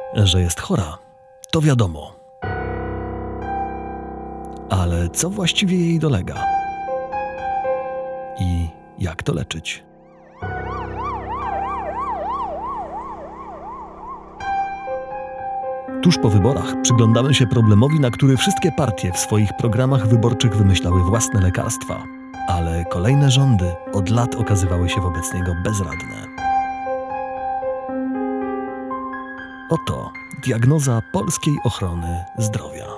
Że jest chora, to wiadomo. Ale co właściwie jej dolega? I jak to leczyć? Tuż po wyborach przyglądamy się problemowi, na który wszystkie partie w swoich programach wyborczych wymyślały własne lekarstwa. Ale kolejne rządy od lat okazywały się wobec niego bezradne. Oto diagnoza polskiej ochrony zdrowia.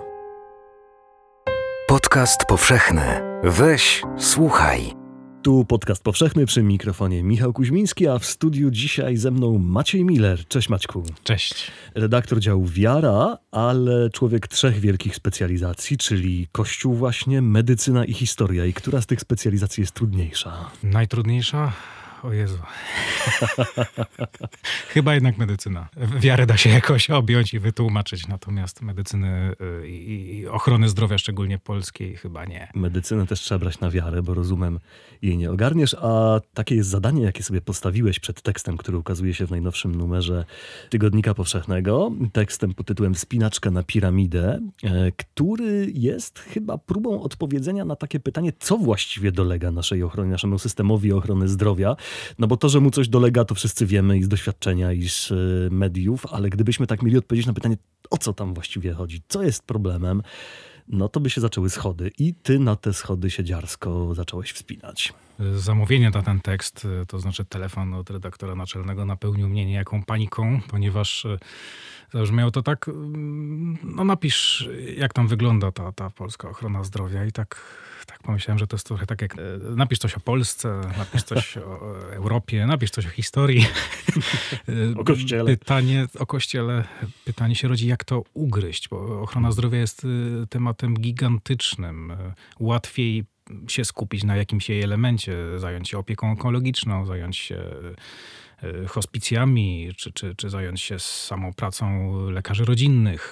Podcast powszechny. Weź, słuchaj. Tu podcast powszechny, przy mikrofonie Michał Kuźmiński, a w studiu dzisiaj ze mną Maciej Miller. Cześć Maćku. Cześć. Redaktor działu Wiara, ale człowiek 3 wielkich specjalizacji, czyli Kościół właśnie, medycyna i historia. I która z tych specjalizacji jest trudniejsza? Najtrudniejsza? O Jezu. Chyba jednak medycyna. Wiarę da się jakoś objąć i wytłumaczyć, natomiast medycyny i ochrony zdrowia, szczególnie polskiej, chyba nie. Medycynę też trzeba brać na wiarę, bo rozumem, jej nie ogarniesz, a takie jest zadanie, jakie sobie postawiłeś przed tekstem, który ukazuje się w najnowszym numerze Tygodnika Powszechnego. Tekstem pod tytułem Wspinaczka na piramidę, który jest chyba próbą odpowiedzenia na takie pytanie, co właściwie dolega naszej ochronie, naszemu systemowi ochrony zdrowia. No bo to, że mu coś dolega, to wszyscy wiemy i z doświadczenia, i z mediów, ale gdybyśmy tak mieli odpowiedzieć na pytanie, o co tam właściwie chodzi, co jest problemem, no to by się zaczęły schody i ty na te schody się dziarsko zacząłeś wspinać. Zamówienie na ten tekst, to znaczy telefon od redaktora naczelnego, napełnił mnie niejaką paniką, ponieważ zabrzmiało to tak, no napisz, jak tam wygląda ta polska ochrona zdrowia i tak pomyślałem, że to jest trochę tak jak napisz coś o Polsce, napisz coś o Europie, napisz coś o historii. O Kościele. Pytanie o Kościele. Pytanie się rodzi, jak to ugryźć, bo ochrona zdrowia jest tematem gigantycznym. Łatwiej się skupić na jakimś jej elemencie, zająć się opieką onkologiczną, zająć się hospicjami, czy zająć się samą pracą lekarzy rodzinnych.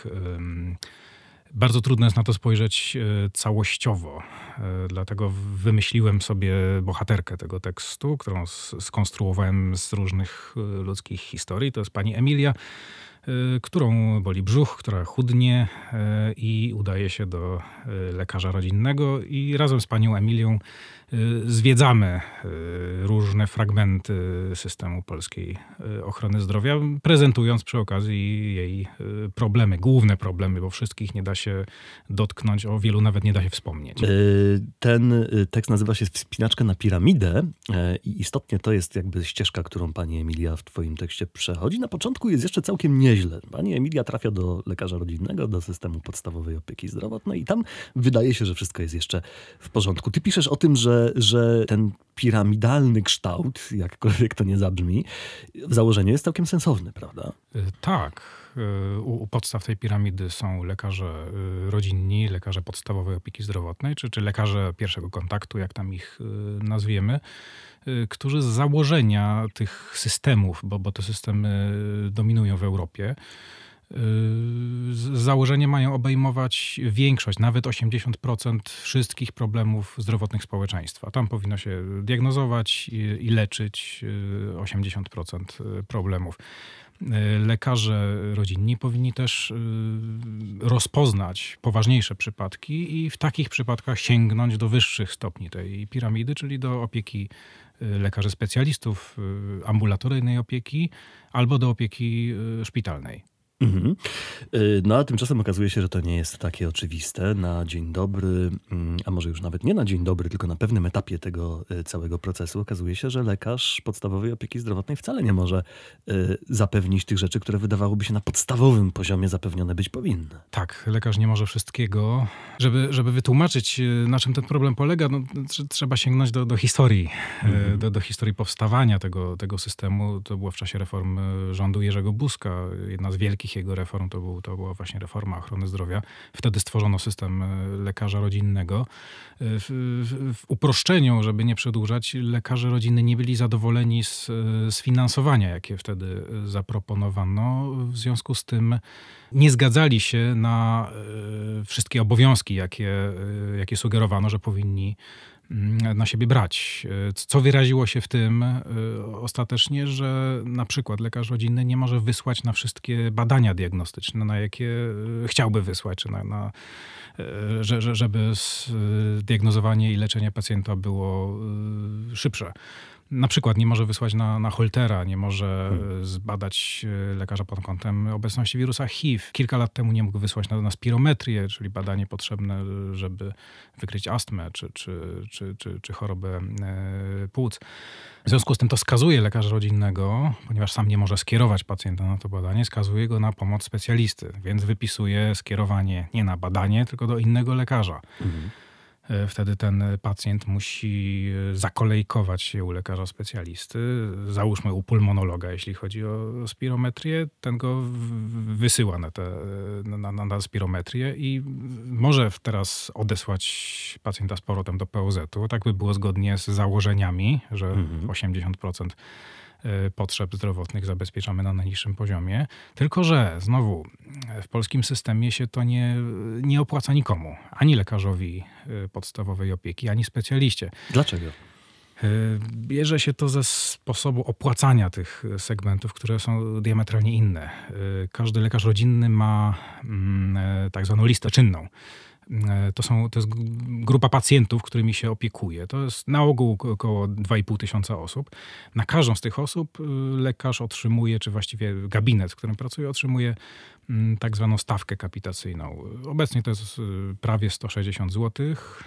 Bardzo trudno jest na to spojrzeć całościowo. Dlatego wymyśliłem sobie bohaterkę tego tekstu, którą skonstruowałem z różnych ludzkich historii. To jest pani Emilia, którą boli brzuch, która chudnie i udaje się do lekarza rodzinnego i razem z panią Emilią zwiedzamy różne fragmenty systemu polskiej ochrony zdrowia, prezentując przy okazji jej problemy, główne problemy, bo wszystkich nie da się dotknąć, o wielu nawet nie da się wspomnieć. Ten tekst nazywa się Wspinaczka na piramidę i istotnie to jest jakby ścieżka, którą pani Emilia w twoim tekście przechodzi. Na początku jest jeszcze całkiem nieźle. Pani Emilia trafia do lekarza rodzinnego, do systemu podstawowej opieki zdrowotnej i tam wydaje się, że wszystko jest jeszcze w porządku. Ty piszesz o tym, że ten piramidalny kształt, jakkolwiek to nie zabrzmi, w założeniu jest całkiem sensowny, prawda? Tak. U podstaw tej piramidy są lekarze rodzinni, lekarze podstawowej opieki zdrowotnej, czy lekarze pierwszego kontaktu, jak tam ich nazwiemy, którzy z założenia tych systemów, bo te systemy dominują w Europie, założenie mają obejmować większość, nawet 80% wszystkich problemów zdrowotnych społeczeństwa. Tam powinno się diagnozować i leczyć 80% problemów. Lekarze rodzinni powinni też rozpoznać poważniejsze przypadki i w takich przypadkach sięgnąć do wyższych stopni tej piramidy, czyli do opieki lekarzy specjalistów, ambulatoryjnej opieki albo do opieki szpitalnej. Mhm. No a tymczasem okazuje się, że to nie jest takie oczywiste. Na dzień dobry, a może już nawet nie na dzień dobry, tylko na pewnym etapie tego całego procesu okazuje się, że lekarz podstawowej opieki zdrowotnej wcale nie może zapewnić tych rzeczy, które wydawałoby się na podstawowym poziomie zapewnione być powinny. Tak, lekarz nie może wszystkiego. Żeby wytłumaczyć, na czym ten problem polega, no, trzeba sięgnąć do historii, do historii powstawania tego systemu. To było w czasie reform rządu Jerzego Buzka, jedna z wielkich jego reform to była właśnie reforma ochrony zdrowia. Wtedy stworzono system lekarza rodzinnego. W uproszczeniu, żeby nie przedłużać, lekarze rodzinni nie byli zadowoleni z finansowania, jakie wtedy zaproponowano. W związku z tym nie zgadzali się na wszystkie obowiązki, jakie sugerowano, że powinni na siebie brać. Co wyraziło się w tym ostatecznie, że na przykład lekarz rodzinny nie może wysłać na wszystkie badania diagnostyczne, na jakie chciałby wysłać, czy żeby diagnozowanie i leczenie pacjenta było szybsze. Na przykład nie może wysłać na Holtera, nie może zbadać lekarza pod kątem obecności wirusa HIV. Kilka lat temu nie mógł wysłać na spirometrię, czyli badanie potrzebne, żeby wykryć astmę czy chorobę płuc. W związku z tym to skazuje lekarza rodzinnego, ponieważ sam nie może skierować pacjenta na to badanie, skazuje go na pomoc specjalisty, więc wypisuje skierowanie nie na badanie, tylko do innego lekarza. Wtedy ten pacjent musi zakolejkować się u lekarza specjalisty, załóżmy u pulmonologa, jeśli chodzi o spirometrię, ten go wysyła na spirometrię i może teraz odesłać pacjenta z powrotem do POZ-u. Tak by było zgodnie z założeniami, że 80% potrzeb zdrowotnych zabezpieczamy na najniższym poziomie. Tylko że znowu w polskim systemie się to nie opłaca nikomu. Ani lekarzowi podstawowej opieki, ani specjaliście. Dlaczego? Bierze się to ze sposobu opłacania tych segmentów, które są diametralnie inne. Każdy lekarz rodzinny ma tak zwaną listę czynną. To jest grupa pacjentów, którymi się opiekuje. To jest na ogół około 2,5 tysiąca osób. Na każdą z tych osób lekarz otrzymuje, czy właściwie gabinet, w którym pracuje, otrzymuje tak zwaną stawkę kapitacyjną. Obecnie to jest prawie 160 zł.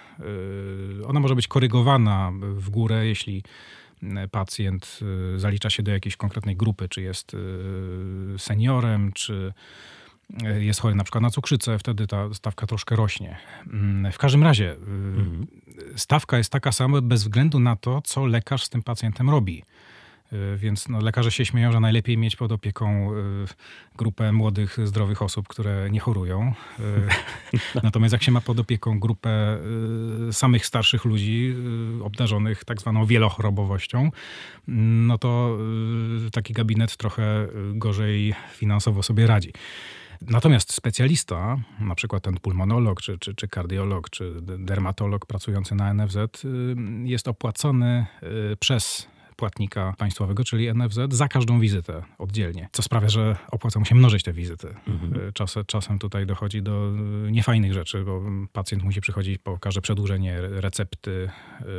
Ona może być korygowana w górę, jeśli pacjent zalicza się do jakiejś konkretnej grupy, czy jest seniorem, czy jest chory na przykład na cukrzycę, wtedy ta stawka troszkę rośnie. W każdym razie stawka jest taka sama bez względu na to, co lekarz z tym pacjentem robi. Więc lekarze się śmieją, że najlepiej mieć pod opieką grupę młodych, zdrowych osób, które nie chorują. Natomiast jak się ma pod opieką grupę samych starszych ludzi, obdarzonych tak zwaną wielochorobowością, no to taki gabinet trochę gorzej finansowo sobie radzi. Natomiast specjalista, na przykład ten pulmonolog, czy kardiolog, czy dermatolog pracujący na NFZ jest opłacony przez płatnika państwowego, czyli NFZ, za każdą wizytę oddzielnie. Co sprawia, że opłaca mu się mnożyć te wizyty. Czasem tutaj dochodzi do niefajnych rzeczy, bo pacjent musi przychodzić po każde przedłużenie recepty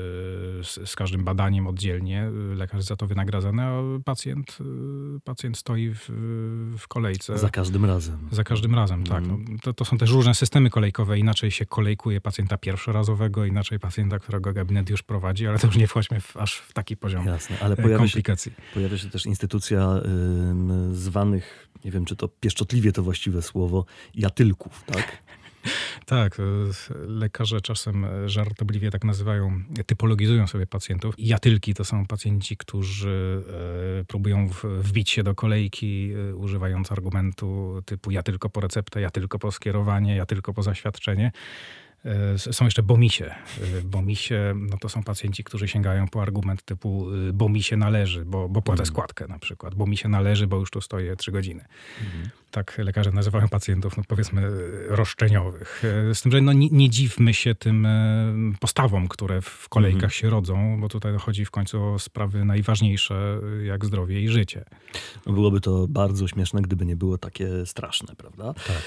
z każdym badaniem oddzielnie. Lekarz jest za to wynagradzany, a pacjent stoi w kolejce. Za każdym razem. Za każdym razem, tak. No, to są też różne systemy kolejkowe. Inaczej się kolejkuje pacjenta pierwszorazowego, inaczej pacjenta, którego gabinet już prowadzi, ale to już nie wchodźmy aż w taki poziom. Jasne. Ale pojawia się też instytucja zwanych, nie wiem czy to pieszczotliwie to właściwe słowo, jatylków, tak? Tak, lekarze czasem żartobliwie tak nazywają, typologizują sobie pacjentów. Jatylki to są pacjenci, którzy próbują wbić się do kolejki, używając argumentu typu ja tylko po receptę, ja tylko po skierowanie, ja tylko po zaświadczenie. Są jeszcze bomisie. Bomisie no to są pacjenci, którzy sięgają po argument typu bo mi się należy, bo płacę składkę na przykład. Bo mi się należy, bo już tu stoję 3 godziny. Tak lekarze nazywają pacjentów, no powiedzmy, roszczeniowych. Z tym, że no nie dziwmy się tym postawom, które w kolejkach się rodzą, bo tutaj chodzi w końcu o sprawy najważniejsze, jak zdrowie i życie. No byłoby to bardzo śmieszne, gdyby nie było takie straszne, prawda? Tak.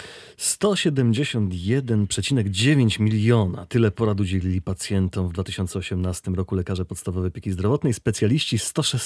171,9 miliona. Tyle porad udzielili pacjentom w 2018 roku lekarze podstawowej opieki zdrowotnej. Specjaliści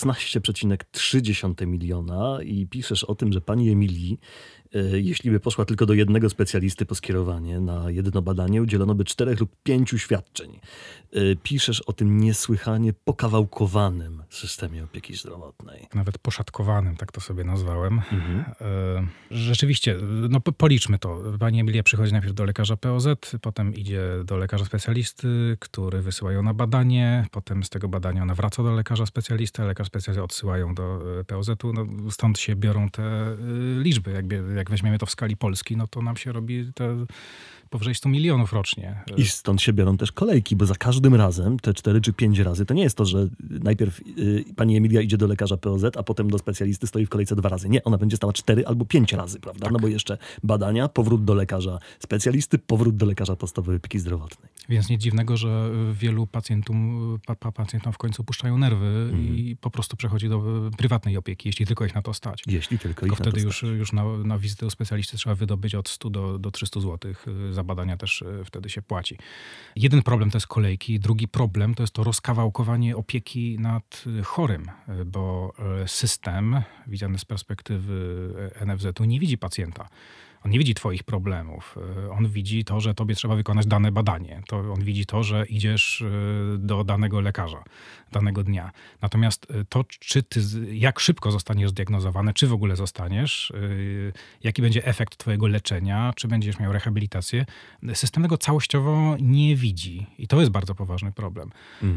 116,3 miliona. I piszesz o tym, że pani Emilii, jeśli by poszła tylko do jednego specjalisty po skierowanie na jedno badanie, udzielono by 4 lub 5 świadczeń. Piszesz o tym niesłychanie pokawałkowanym systemie opieki zdrowotnej. Nawet poszatkowanym, tak to sobie nazwałem. Rzeczywiście, no policzmy to. Pani Emilia przychodzi najpierw do lekarza POZ, potem idzie do lekarza specjalisty, który wysyła ją na badanie, potem z tego badania ona wraca do lekarza specjalisty, a lekarz specjalisty odsyła ją do POZ-u. No, stąd się biorą te liczby. Jak weźmiemy to w skali Polski, no to nam się robi te powyżej 100 milionów rocznie. I stąd się biorą też kolejki, bo za każdym razem, te 4 czy 5 razy, to nie jest to, że najpierw pani Emilia idzie do lekarza POZ, a potem do specjalisty stoi w kolejce 2 razy. Nie, ona będzie stała 4 albo 5 razy, prawda? Tak. No bo jeszcze badania, powrót do lekarza specjalisty, powrót do lekarza podstawowej opieki zdrowotnej. Więc nic dziwnego, że wielu pacjentom w końcu puszczają nerwy i po prostu przechodzi do prywatnej opieki, jeśli tylko ich na to stać. Jeśli tylko ich Tylko na to wtedy stać. już na wizytę u specjalisty trzeba wydobyć od 100 do 300 zł. Za badania też wtedy się płaci. Jeden problem to jest kolejki, drugi problem to jest to rozkawałkowanie opieki nad chorym, bo system, widziany z perspektywy NFZ-u, nie widzi pacjenta. On nie widzi twoich problemów. On widzi to, że tobie trzeba wykonać dane badanie. On widzi to, że idziesz do danego lekarza danego dnia. Natomiast to, jak szybko zostaniesz zdiagnozowany, czy w ogóle zostaniesz, jaki będzie efekt twojego leczenia, czy będziesz miał rehabilitację, system tego całościowo nie widzi. I to jest bardzo poważny problem.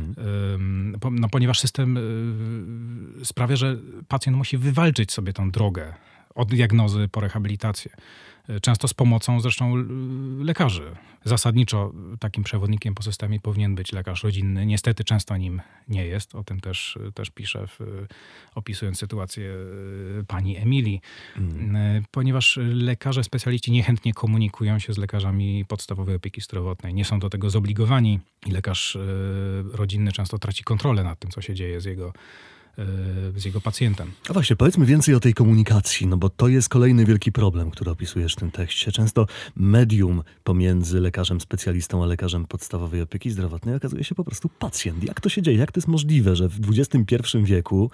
Ponieważ system sprawia, że pacjent musi wywalczyć sobie tą drogę od diagnozy po rehabilitację. Często z pomocą zresztą lekarzy. Zasadniczo takim przewodnikiem po systemie powinien być lekarz rodzinny. Niestety często nim nie jest. O tym też piszę, opisując sytuację pani Emilii. Ponieważ lekarze specjaliści niechętnie komunikują się z lekarzami podstawowej opieki zdrowotnej. Nie są do tego zobligowani i lekarz rodzinny często traci kontrolę nad tym, co się dzieje z jego pacjentem. A właśnie, powiedzmy więcej o tej komunikacji, no bo to jest kolejny wielki problem, który opisujesz w tym tekście. Często medium pomiędzy lekarzem specjalistą a lekarzem podstawowej opieki zdrowotnej okazuje się po prostu pacjent. Jak to się dzieje? Jak to jest możliwe, że w XXI wieku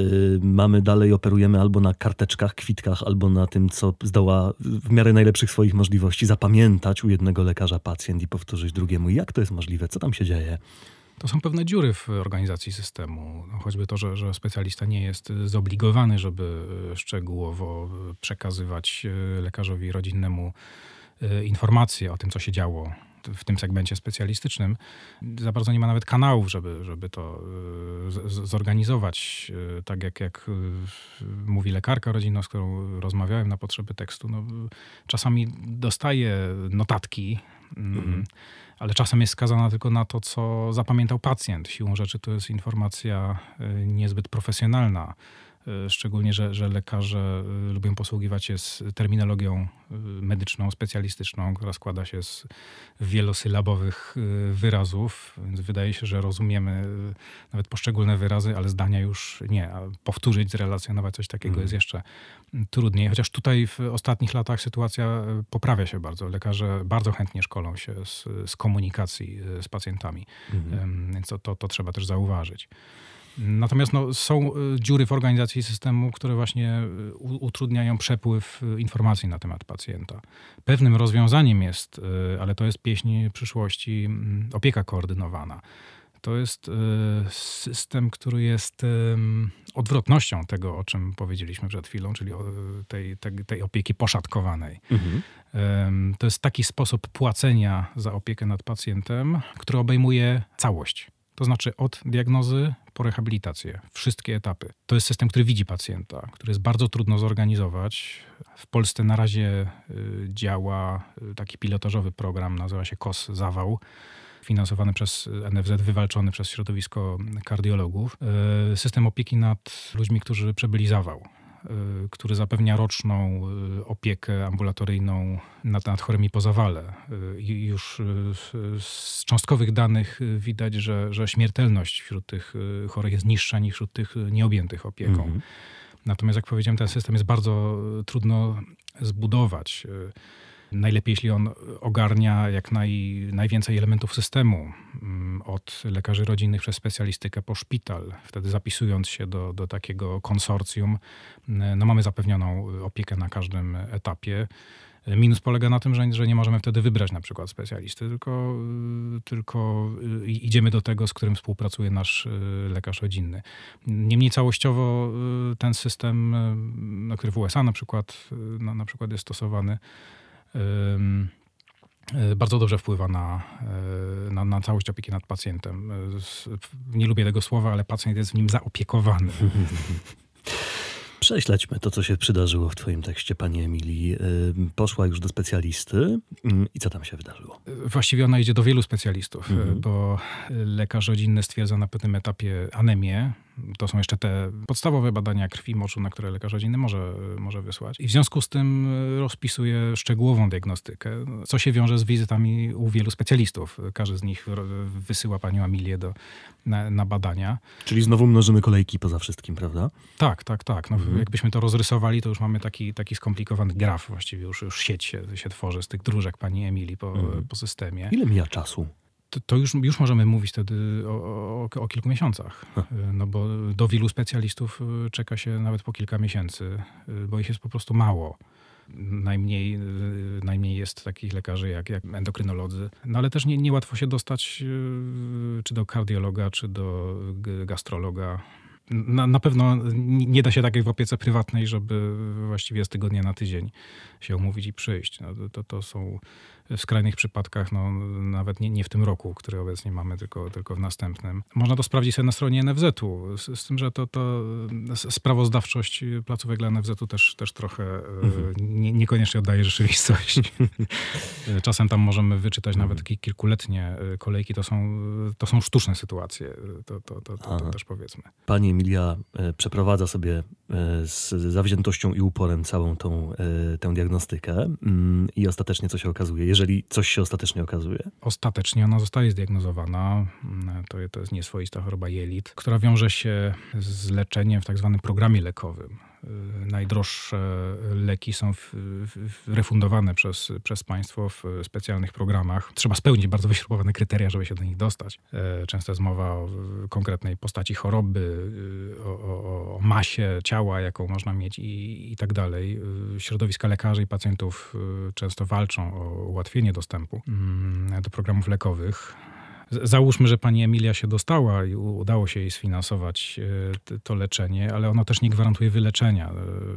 operujemy albo na karteczkach, kwitkach, albo na tym, co zdoła w miarę najlepszych swoich możliwości zapamiętać u jednego lekarza pacjent i powtórzyć drugiemu. Jak to jest możliwe? Co tam się dzieje? To są pewne dziury w organizacji systemu. Choćby to, że specjalista nie jest zobligowany, żeby szczegółowo przekazywać lekarzowi rodzinnemu informacje o tym, co się działo w tym segmencie specjalistycznym. Za bardzo nie ma nawet kanałów, żeby to zorganizować. Tak jak mówi lekarka rodzinna, z którą rozmawiałem na potrzeby tekstu. No, czasami dostaje notatki, ale czasem jest skazana tylko na to, co zapamiętał pacjent. Siłą rzeczy to jest informacja niezbyt profesjonalna. Szczególnie, że lekarze lubią posługiwać się z terminologią medyczną, specjalistyczną, która składa się z wielosylabowych wyrazów, więc wydaje się, że rozumiemy nawet poszczególne wyrazy, ale zdania już nie. A powtórzyć, zrelacjonować coś takiego jest jeszcze trudniej. Chociaż tutaj w ostatnich latach sytuacja poprawia się bardzo. Lekarze bardzo chętnie szkolą się z komunikacji z pacjentami, więc to trzeba też zauważyć. Natomiast są dziury w organizacji systemu, które właśnie utrudniają przepływ informacji na temat pacjenta. Pewnym rozwiązaniem jest, ale to jest pieśń przyszłości, opieka koordynowana. To jest system, który jest odwrotnością tego, o czym powiedzieliśmy przed chwilą, czyli tej opieki poszatkowanej. To jest taki sposób płacenia za opiekę nad pacjentem, który obejmuje całość. To znaczy od diagnozy po rehabilitację. Wszystkie etapy. To jest system, który widzi pacjenta, który jest bardzo trudno zorganizować. W Polsce na razie działa taki pilotażowy program, nazywa się KOS Zawał, finansowany przez NFZ, wywalczony przez środowisko kardiologów. System opieki nad ludźmi, którzy przebyli zawał, który zapewnia roczną opiekę ambulatoryjną nad chorymi po zawale. I już z cząstkowych danych widać, że śmiertelność wśród tych chorych jest niższa niż wśród tych nieobjętych opieką. Natomiast jak powiedziałem, ten system jest bardzo trudno zbudować. Najlepiej, jeśli on ogarnia jak najwięcej elementów systemu, od lekarzy rodzinnych przez specjalistykę po szpital. Wtedy zapisując się do takiego konsorcjum, mamy zapewnioną opiekę na każdym etapie. Minus polega na tym, że nie możemy wtedy wybrać na przykład specjalisty, tylko idziemy do tego, z którym współpracuje nasz lekarz rodzinny. Niemniej całościowo ten system, który w USA na przykład jest stosowany, bardzo dobrze wpływa na całość opieki nad pacjentem. Nie lubię tego słowa, ale pacjent jest w nim zaopiekowany. Prześledźmy to, co się przydarzyło w twoim tekście, pani Emilii. Poszła już do specjalisty i co tam się wydarzyło? Właściwie ona idzie do wielu specjalistów, bo lekarz rodzinny stwierdza na pewnym etapie anemię. To są jeszcze te podstawowe badania krwi, moczu, na które lekarz rodzinny może wysłać. I w związku z tym rozpisuje szczegółową diagnostykę, co się wiąże z wizytami u wielu specjalistów. Każdy z nich wysyła panią Emilię na badania. Czyli znowu mnożymy kolejki poza wszystkim, prawda? Tak. No, jakbyśmy to rozrysowali, to już mamy taki skomplikowany graf. Właściwie już sieć się tworzy z tych dróżek pani Emilii po systemie. Ile mija czasu? To już możemy mówić wtedy o kilku miesiącach. No bo do wielu specjalistów czeka się nawet po kilka miesięcy, bo ich jest po prostu mało. Najmniej jest takich lekarzy jak endokrynolodzy. No ale też niełatwo się dostać czy do kardiologa, czy do gastrologa. Na pewno nie da się tak jak w opiece prywatnej, żeby właściwie z tygodnia na tydzień się umówić i przyjść. No, to są w skrajnych przypadkach, no, nawet nie w tym roku, który obecnie mamy, tylko w następnym. Można to sprawdzić sobie na stronie NFZ-u, z tym, że to sprawozdawczość placówek dla NFZ-u też trochę niekoniecznie oddaje rzeczywistość. Czasem tam możemy wyczytać nawet kilkuletnie kolejki. To są sztuczne sytuacje, to też powiedzmy. Pani Emilia przeprowadza sobie z zawziętością i uporem całą tę diagnostykę i ostatecznie co się okazuje? Jeżeli coś się ostatecznie okazuje? Ostatecznie ona zostaje zdiagnozowana. To jest nieswoista choroba jelit, która wiąże się z leczeniem w tak zwanym programie lekowym. Najdroższe leki są refundowane przez państwo w specjalnych programach. Trzeba spełnić bardzo wyśrubowane kryteria, żeby się do nich dostać. Często jest mowa o konkretnej postaci choroby, o masie ciała, jaką można mieć i tak dalej. Środowiska lekarzy i pacjentów często walczą o ułatwienie dostępu do programów lekowych. Załóżmy, że pani Emilia się dostała i udało się jej sfinansować to leczenie, ale ono też nie gwarantuje wyleczenia.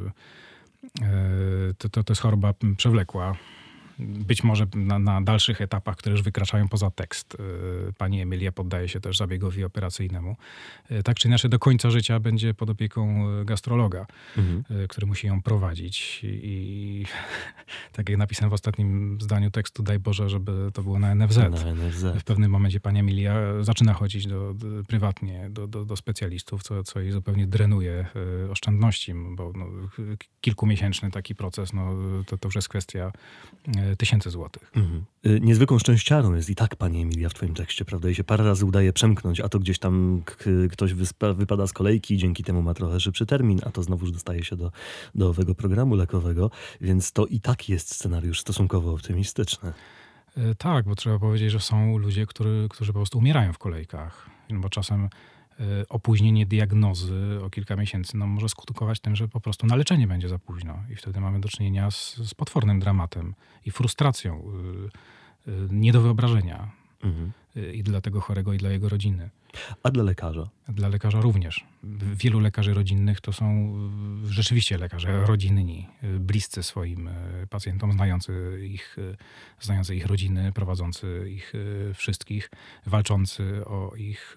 To jest choroba przewlekła. Być może na dalszych etapach, które już wykraczają poza tekst, pani Emilia poddaje się też zabiegowi operacyjnemu. Tak czy inaczej do końca życia będzie pod opieką gastrologa, który musi ją prowadzić. I tak jak napisałem w ostatnim zdaniu tekstu, daj Boże, żeby to było na NFZ. W pewnym momencie pani Emilia zaczyna chodzić prywatnie do specjalistów, co jej zupełnie drenuje oszczędności, bo kilkumiesięczny taki proces, to już jest kwestia tysięcy złotych. Niezwykłą szczęściarą jest i tak pani Emilia w twoim tekście, prawda? I się parę razy udaje przemknąć, a to gdzieś tam ktoś wypada z kolejki i dzięki temu ma trochę szybszy termin, a to znowuż dostaje się do owego programu lekowego, więc to i tak jest scenariusz stosunkowo optymistyczny. Tak, bo trzeba powiedzieć, że są ludzie, którzy po prostu umierają w kolejkach, bo czasem opóźnienie diagnozy o kilka miesięcy może skutkować tym, że po prostu na leczenie będzie za późno i wtedy mamy do czynienia z potwornym dramatem i frustracją nie do wyobrażenia i dla tego chorego, i dla jego rodziny. A dla lekarza? Dla lekarza również. Wielu lekarzy rodzinnych to są rzeczywiście lekarze rodzinni, bliscy swoim pacjentom, znający ich rodziny, prowadzący ich wszystkich, walczący o ich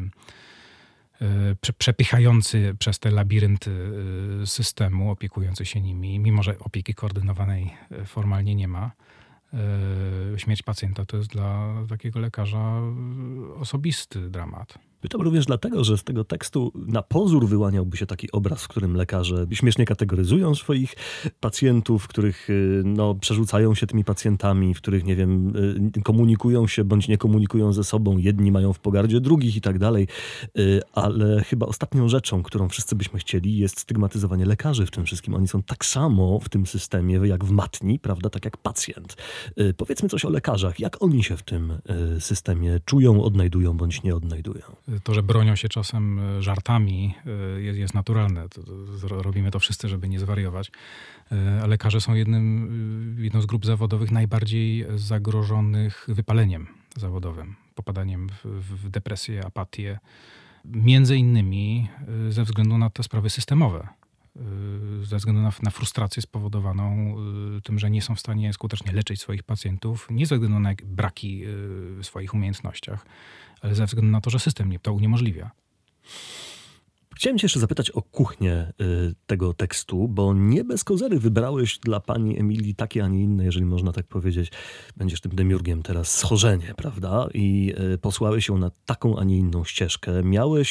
przepychający przez te labirynty systemu, opiekujący się nimi, mimo że opieki koordynowanej formalnie nie ma. Śmierć pacjenta to jest dla takiego lekarza osobisty dramat. Pytam również dlatego, że z tego tekstu na pozór wyłaniałby się taki obraz, w którym lekarze śmiesznie kategoryzują swoich pacjentów, w których przerzucają się tymi pacjentami, w których, nie wiem, komunikują się bądź nie komunikują ze sobą. Jedni mają w pogardzie drugich i tak dalej. Ale chyba ostatnią rzeczą, którą wszyscy byśmy chcieli, jest stygmatyzowanie lekarzy w tym wszystkim. Oni są tak samo w tym systemie jak w matni, prawda, tak jak pacjent. Powiedzmy coś o lekarzach. Jak oni się w tym systemie czują, odnajdują bądź nie odnajdują? To, że bronią się czasem żartami, jest naturalne. Robimy to wszyscy, żeby nie zwariować. A lekarze są jedną z grup zawodowych najbardziej zagrożonych wypaleniem zawodowym, popadaniem w depresję, apatię. Między innymi ze względu na te sprawy systemowe. Ze względu na frustrację spowodowaną tym, że nie są w stanie skutecznie leczyć swoich pacjentów, nie ze względu na braki w swoich umiejętnościach, ale ze względu na to, że system to uniemożliwia. Chciałem cię jeszcze zapytać o kuchnię tego tekstu, bo nie bez kozery wybrałeś dla pani Emilii takie, a nie inne, jeżeli można tak powiedzieć. Będziesz tym demiurgiem teraz, schorzenie, prawda? I posłałeś ją na taką, a nie inną ścieżkę.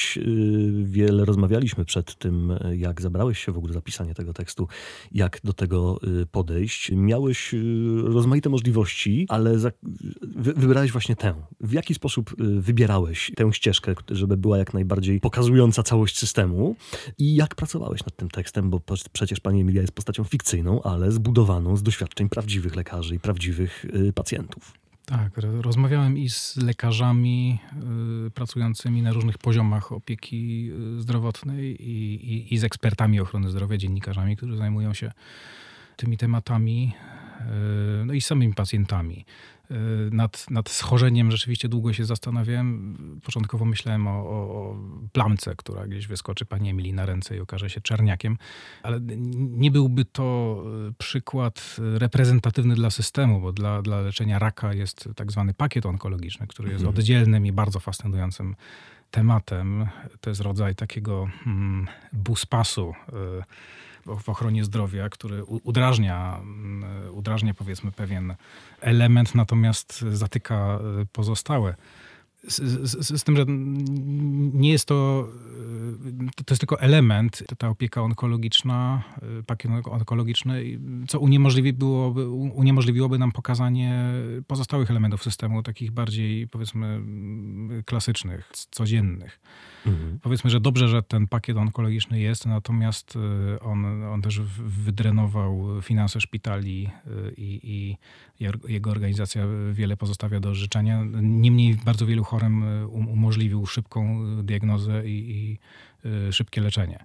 Wiele rozmawialiśmy przed tym, jak zabrałeś się w ogóle za pisanie tego tekstu, jak do tego podejść. Miałeś rozmaite możliwości, ale wybrałeś właśnie tę. W jaki sposób wybierałeś tę ścieżkę, żeby była jak najbardziej pokazująca całość systemu? I jak pracowałeś nad tym tekstem, bo przecież pani Emilia jest postacią fikcyjną, ale zbudowaną z doświadczeń prawdziwych lekarzy i prawdziwych pacjentów. Tak, rozmawiałem i z lekarzami pracującymi na różnych poziomach opieki zdrowotnej i z ekspertami ochrony zdrowia, dziennikarzami, którzy zajmują się tymi tematami, no i samymi pacjentami. Nad schorzeniem rzeczywiście długo się zastanawiałem. Początkowo myślałem o plamce, która gdzieś wyskoczy pani Emilii na ręce i okaże się czarniakiem, ale nie byłby to przykład reprezentatywny dla systemu, bo dla leczenia raka jest tak zwany pakiet onkologiczny, który jest oddzielnym i bardzo fascynującym tematem. To jest rodzaj takiego buspasu w ochronie zdrowia, który udrażnia powiedzmy pewien element, natomiast zatyka pozostałe. Z tym, że nie jest to jest tylko element, ta opieka onkologiczna, pakiet onkologiczny, co uniemożliwiłoby nam pokazanie pozostałych elementów systemu, takich bardziej powiedzmy klasycznych, codziennych. Powiedzmy, że dobrze, że ten pakiet onkologiczny jest, natomiast on też wydrenował finanse szpitali i jego organizacja wiele pozostawia do życzenia. Niemniej bardzo wielu chorym umożliwił szybką diagnozę i szybkie leczenie.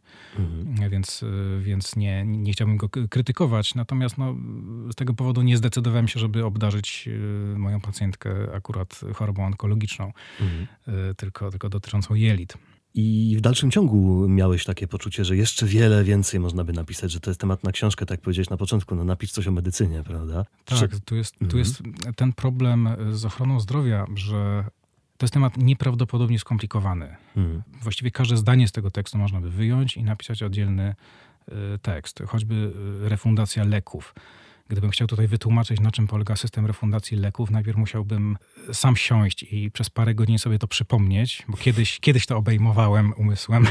Więc nie chciałbym go krytykować, natomiast z tego powodu nie zdecydowałem się, żeby obdarzyć moją pacjentkę akurat chorobą onkologiczną, tylko dotyczącą jelit. I w dalszym ciągu miałeś takie poczucie, że jeszcze wiele więcej można by napisać, że to jest temat na książkę, tak jak powiedziałeś na początku, napisz coś o medycynie, prawda? Tak, tu jest ten problem z ochroną zdrowia, że to jest temat nieprawdopodobnie skomplikowany. Właściwie każde zdanie z tego tekstu można by wyjąć i napisać oddzielny tekst. Choćby refundacja leków. Gdybym chciał tutaj wytłumaczyć, na czym polega system refundacji leków, najpierw musiałbym sam siąść i przez parę godzin sobie to przypomnieć, bo kiedyś to obejmowałem umysłem.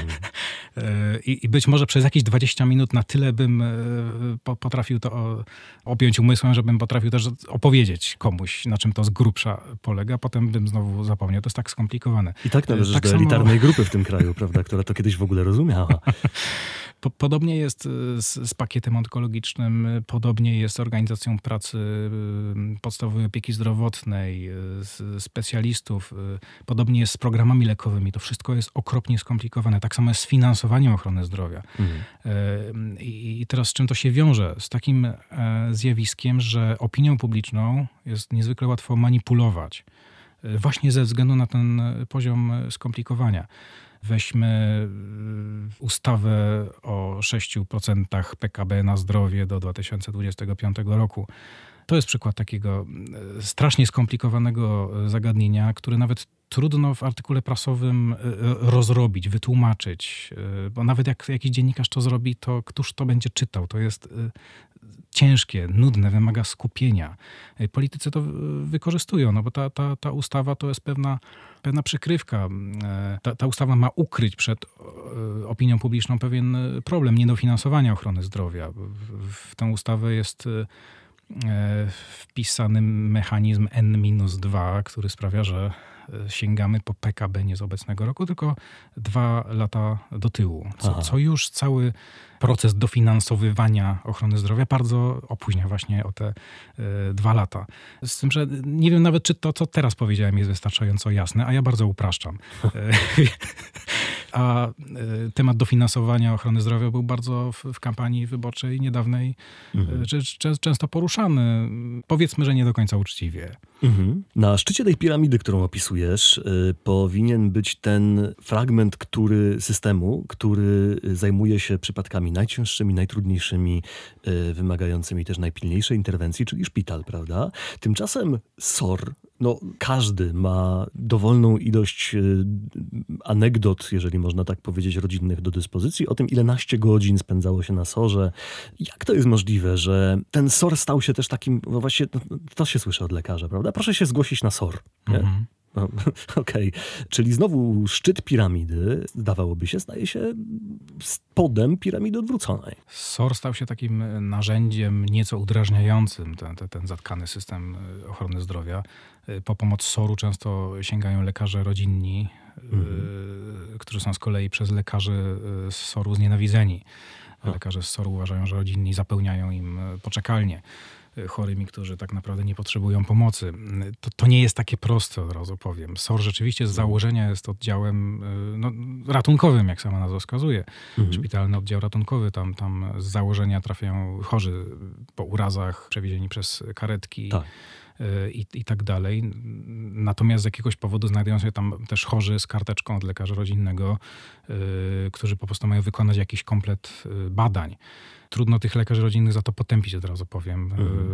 I być może przez jakieś 20 minut na tyle bym potrafił to objąć umysłem, żebym potrafił też opowiedzieć komuś, na czym to z grubsza polega. Potem bym znowu zapomniał. To jest tak skomplikowane. I tak należysz do elitarnej grupy w tym kraju, prawda, która to kiedyś w ogóle rozumiała. Podobnie jest z pakietem onkologicznym, podobnie jest z organizacją pracy podstawowej opieki zdrowotnej, specjalistów, podobnie jest z programami lekowymi. To wszystko jest okropnie skomplikowane. Tak samo jest z finansowaniem ochrony zdrowia. I teraz z czym to się wiąże? Z takim zjawiskiem, że opinią publiczną jest niezwykle łatwo manipulować. Właśnie ze względu na ten poziom skomplikowania. Weźmy ustawę o 6% PKB na zdrowie do 2025 roku. To jest przykład takiego strasznie skomplikowanego zagadnienia, które nawet trudno w artykule prasowym rozrobić, wytłumaczyć. Bo nawet jak jakiś dziennikarz to zrobi, to któż to będzie czytał? To jest ciężkie, nudne, wymaga skupienia. Politycy to wykorzystują, no bo ta ustawa to jest pewna przykrywka. Ta ustawa ma ukryć przed opinią publiczną pewien problem niedofinansowania ochrony zdrowia. W tę ustawę jest wpisany mechanizm N-2, który sprawia, że sięgamy po PKB nie z obecnego roku, tylko 2 lata do tyłu. Co już cały proces dofinansowywania ochrony zdrowia bardzo opóźnia właśnie o te 2 lata. Z tym, że nie wiem nawet, czy to, co teraz powiedziałem, jest wystarczająco jasne, a ja bardzo upraszczam. A temat dofinansowania ochrony zdrowia był bardzo w kampanii wyborczej niedawnej często poruszany. Powiedzmy, że nie do końca uczciwie. Na szczycie tej piramidy, którą opisujesz, powinien być ten fragment systemu, który zajmuje się przypadkami najcięższymi, najtrudniejszymi, wymagającymi też najpilniejszej interwencji, czyli szpital, prawda? Tymczasem SOR No, każdy ma dowolną ilość anegdot, jeżeli można tak powiedzieć, rodzinnych do dyspozycji, o tym, ile naście godzin spędzało się na SOR-ze. Jak to jest możliwe, że ten SOR stał się też takim, no właśnie, to się słyszy od lekarza, prawda? Proszę się zgłosić na SOR. Nie? No, okej. Czyli znowu szczyt piramidy, zdawałoby się, staje się spodem piramidy odwróconej. SOR stał się takim narzędziem nieco udrażniającym ten zatkany system ochrony zdrowia. Po pomoc SOR-u często sięgają lekarze rodzinni, którzy są z kolei przez lekarzy z SOR-u znienawidzeni. Lekarze z SOR-u uważają, że rodzinni zapełniają im poczekalnię chorymi, którzy tak naprawdę nie potrzebują pomocy. To nie jest takie proste, od razu powiem. SOR rzeczywiście z założenia jest oddziałem ratunkowym, jak sama nazwa wskazuje. Szpitalny oddział ratunkowy. Tam z założenia trafiają chorzy po urazach, przewiezieni przez karetki. Tak. I tak dalej. Natomiast z jakiegoś powodu znajdują się tam też chorzy z karteczką od lekarza rodzinnego, którzy po prostu mają wykonać jakiś komplet badań. Trudno tych lekarzy rodzinnych za to potępić, od razu powiem.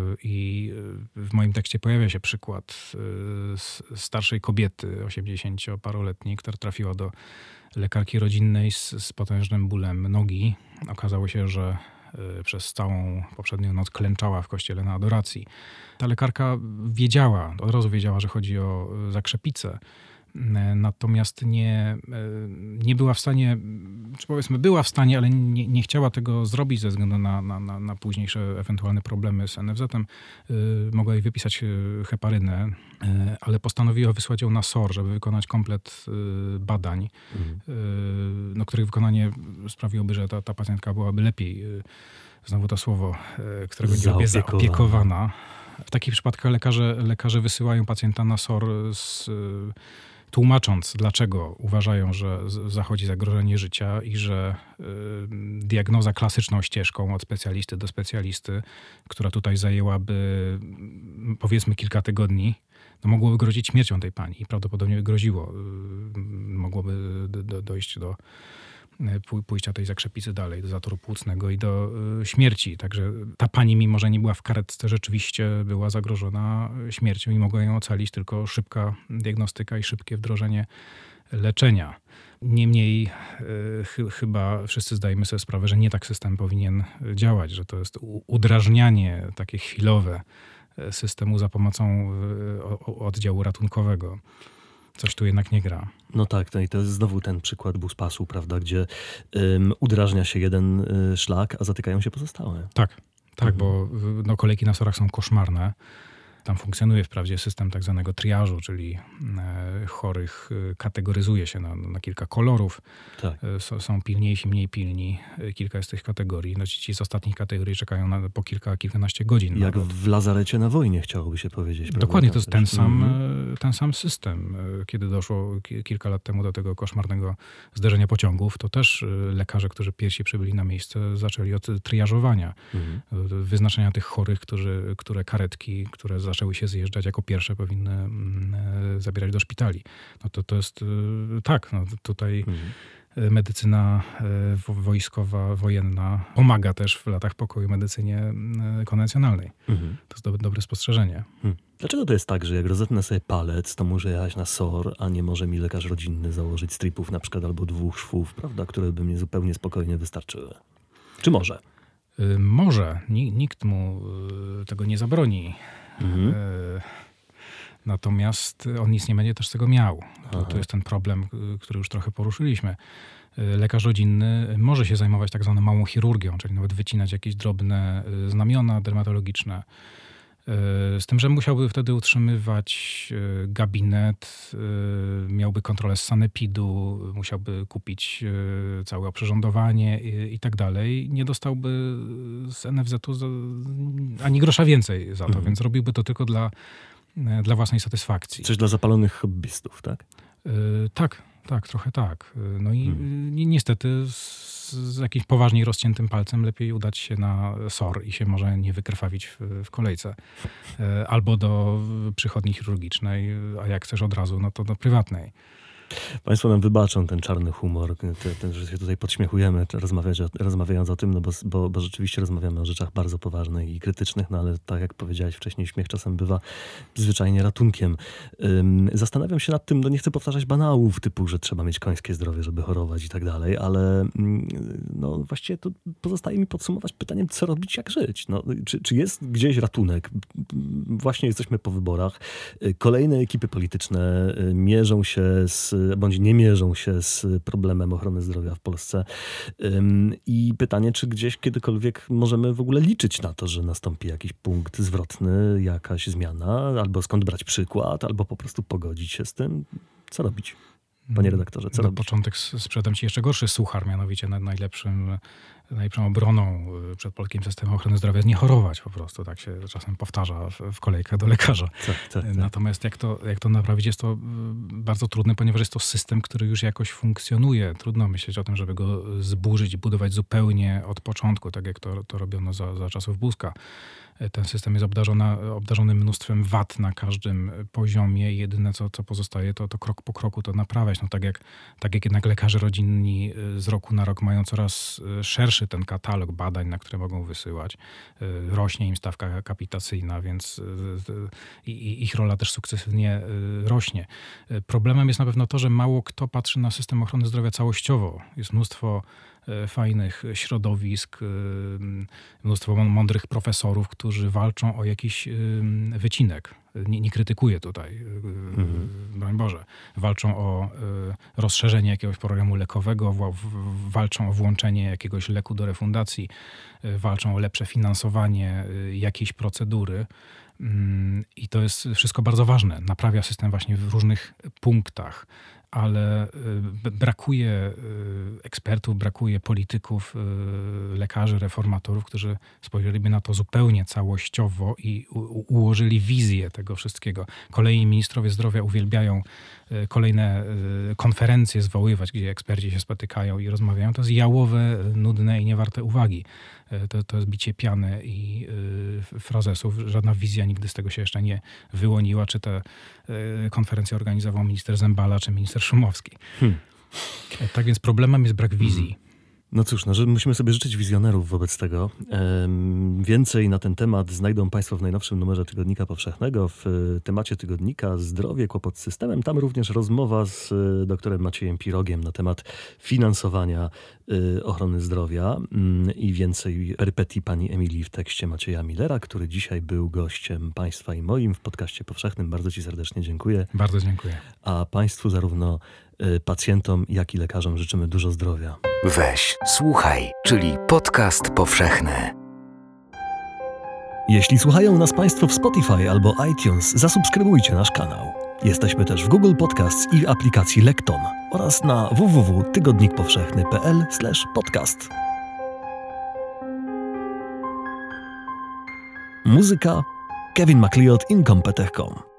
I w moim tekście pojawia się przykład starszej kobiety, 80-paroletniej, która trafiła do lekarki rodzinnej z potężnym bólem nogi. Okazało się, że przez całą poprzednią noc klęczała w kościele na adoracji. Ta lekarka od razu wiedziała, że chodzi o zakrzepicę. Natomiast nie była w stanie, czy powiedzmy była w stanie, ale nie chciała tego zrobić ze względu na późniejsze ewentualne problemy z NFZ-em. Mogła jej wypisać heparynę, ale postanowiła wysłać ją na SOR, żeby wykonać komplet badań, których wykonanie sprawiłoby, że ta pacjentka byłaby lepiej, znowu to słowo, którego nie lubię, zaopiekowana. W takich przypadkach lekarze wysyłają pacjenta na SOR tłumacząc, dlaczego uważają, że zachodzi zagrożenie życia i że diagnoza klasyczną ścieżką od specjalisty do specjalisty, która tutaj zajęłaby powiedzmy kilka tygodni, mogłoby grozić śmiercią tej pani i prawdopodobnie by groziło. Mogłoby dojść do pójścia tej zakrzepicy dalej, do zatoru płucnego i do śmierci. Także ta pani, mimo że nie była w karetce, rzeczywiście była zagrożona śmiercią i mogła ją ocalić tylko szybka diagnostyka i szybkie wdrożenie leczenia. Niemniej chyba wszyscy zdajemy sobie sprawę, że nie tak system powinien działać, że to jest udrażnianie takie chwilowe systemu za pomocą oddziału ratunkowego. Coś tu jednak nie gra. No tak, i to jest znowu ten przykład buspasu, prawda, gdzie udrażnia się jeden szlak, a zatykają się pozostałe. Tak, bo kolejki na SOR-ach są koszmarne. Tam funkcjonuje wprawdzie system tak zwanego triażu, czyli chorych kategoryzuje się na kilka kolorów. Tak. Są pilniejsi, mniej pilni. Kilka jest tych kategorii. Ci z ostatnich kategorii czekają po kilkanaście godzin. Jak w lazarecie na wojnie, chciałoby się powiedzieć. Dokładnie, to jest ten sam system. Kiedy doszło kilka lat temu do tego koszmarnego zderzenia pociągów, to też lekarze, którzy pierwsi przybyli na miejsce, zaczęli od triażowania. Wyznaczenia tych chorych, które karetki, które zaczęły się zjeżdżać jako pierwsze, powinny zabierać do szpitali. To jest tak, tutaj medycyna wojskowa, wojenna pomaga też w latach pokoju medycynie konwencjonalnej. To jest dobre spostrzeżenie. Dlaczego to jest tak, że jak rozetnę sobie palec, to muszę jechać na SOR, a nie może mi lekarz rodzinny założyć stripów na przykład albo 2 szwów, prawda, które by mnie zupełnie spokojnie wystarczyły? Czy może? Może. Nikt mu tego nie zabroni. Natomiast on nic nie będzie też z tego miał. To jest ten problem, który już trochę poruszyliśmy. Lekarz rodzinny może się zajmować tak zwaną małą chirurgią, czyli nawet wycinać jakieś drobne znamiona dermatologiczne. Z tym, że musiałby wtedy utrzymywać gabinet, miałby kontrolę z sanepidu, musiałby kupić całe oprzyrządowanie i tak dalej. Nie dostałby z NFZ-u ani grosza więcej za to, więc robiłby to tylko dla własnej satysfakcji. Coś dla zapalonych hobbystów, tak? Tak, trochę tak. No i niestety z jakimś poważniej rozciętym palcem lepiej udać się na SOR i się może nie wykrwawić w kolejce. Albo do przychodni chirurgicznej, a jak chcesz od razu, no to do prywatnej. Państwo nam wybaczą ten czarny humor, ten, że się tutaj podśmiechujemy, rozmawiając o tym, no bo rzeczywiście rozmawiamy o rzeczach bardzo poważnych i krytycznych, no ale tak jak powiedziałeś wcześniej, śmiech czasem bywa zwyczajnie ratunkiem. Zastanawiam się nad tym, no nie chcę powtarzać banałów typu, że trzeba mieć końskie zdrowie, żeby chorować i tak dalej, ale no właściwie to pozostaje mi podsumować pytaniem, co robić, jak żyć. No, czy jest gdzieś ratunek? Właśnie jesteśmy po wyborach. Kolejne ekipy polityczne mierzą się bądź nie mierzą się z problemem ochrony zdrowia w Polsce. I pytanie, czy gdzieś kiedykolwiek możemy w ogóle liczyć na to, że nastąpi jakiś punkt zwrotny, jakaś zmiana, albo skąd brać przykład, albo po prostu pogodzić się z tym. Co robić? Panie redaktorze, co robić? Na początek sprzedam ci jeszcze gorszy suchar, mianowicie najlepszą obroną przed polskim systemem ochrony zdrowia jest nie chorować po prostu. Tak się czasem powtarza w kolejkach do lekarza. Tak. Natomiast jak to naprawić, jest to bardzo trudne, ponieważ jest to system, który już jakoś funkcjonuje. Trudno myśleć o tym, żeby go zburzyć i budować zupełnie od początku, tak jak to robiono za czasów Buzka. Ten system jest obdarzony mnóstwem wad na każdym poziomie i jedyne, co pozostaje, to krok po kroku to naprawiać. No tak jak jednak lekarze rodzinni z roku na rok mają coraz szerszy ten katalog badań, na które mogą wysyłać. Rośnie im stawka kapitacyjna, więc ich rola też sukcesywnie rośnie. Problemem jest na pewno to, że mało kto patrzy na system ochrony zdrowia całościowo. Jest mnóstwo fajnych środowisk, mnóstwo mądrych profesorów, którzy walczą o jakiś wycinek. Nie krytykuję tutaj, broń Boże. Walczą o rozszerzenie jakiegoś programu lekowego, walczą o włączenie jakiegoś leku do refundacji, walczą o lepsze finansowanie jakiejś procedury. I to jest wszystko bardzo ważne. Naprawia system właśnie w różnych punktach, ale brakuje ekspertów, brakuje polityków, lekarzy, reformatorów, którzy spojrzeliby na to zupełnie całościowo i ułożyli wizję tego wszystkiego. Kolejni ministrowie zdrowia uwielbiają kolejne konferencje zwoływać, gdzie eksperci się spotykają i rozmawiają. To jest jałowe, nudne i niewarte uwagi. To jest bicie piany i frazesów. Żadna wizja nigdy z tego się jeszcze nie wyłoniła. Czy te konferencje organizował minister Zembala, czy minister Szumowski. Tak więc problemem jest brak wizji. No cóż, że musimy sobie życzyć wizjonerów wobec tego. Więcej na ten temat znajdą Państwo w najnowszym numerze Tygodnika Powszechnego. W temacie tygodnika Zdrowie, kłopot z systemem. Tam również rozmowa z doktorem Maciejem Pirogiem na temat finansowania ochrony zdrowia i więcej perypetii pani Emilii w tekście Macieja Millera, który dzisiaj był gościem Państwa i moim w podcaście powszechnym. Bardzo Ci serdecznie dziękuję. Bardzo dziękuję. A Państwu zarówno pacjentom, jak i lekarzom życzymy dużo zdrowia. Weź, słuchaj, czyli podcast powszechny. Jeśli słuchają nas Państwo w Spotify albo iTunes, zasubskrybujcie nasz kanał. Jesteśmy też w Google Podcasts i aplikacji Lekton oraz na www.tygodnikpowszechny.pl/podcast. Muzyka Kevin MacLeod Incompetech.com.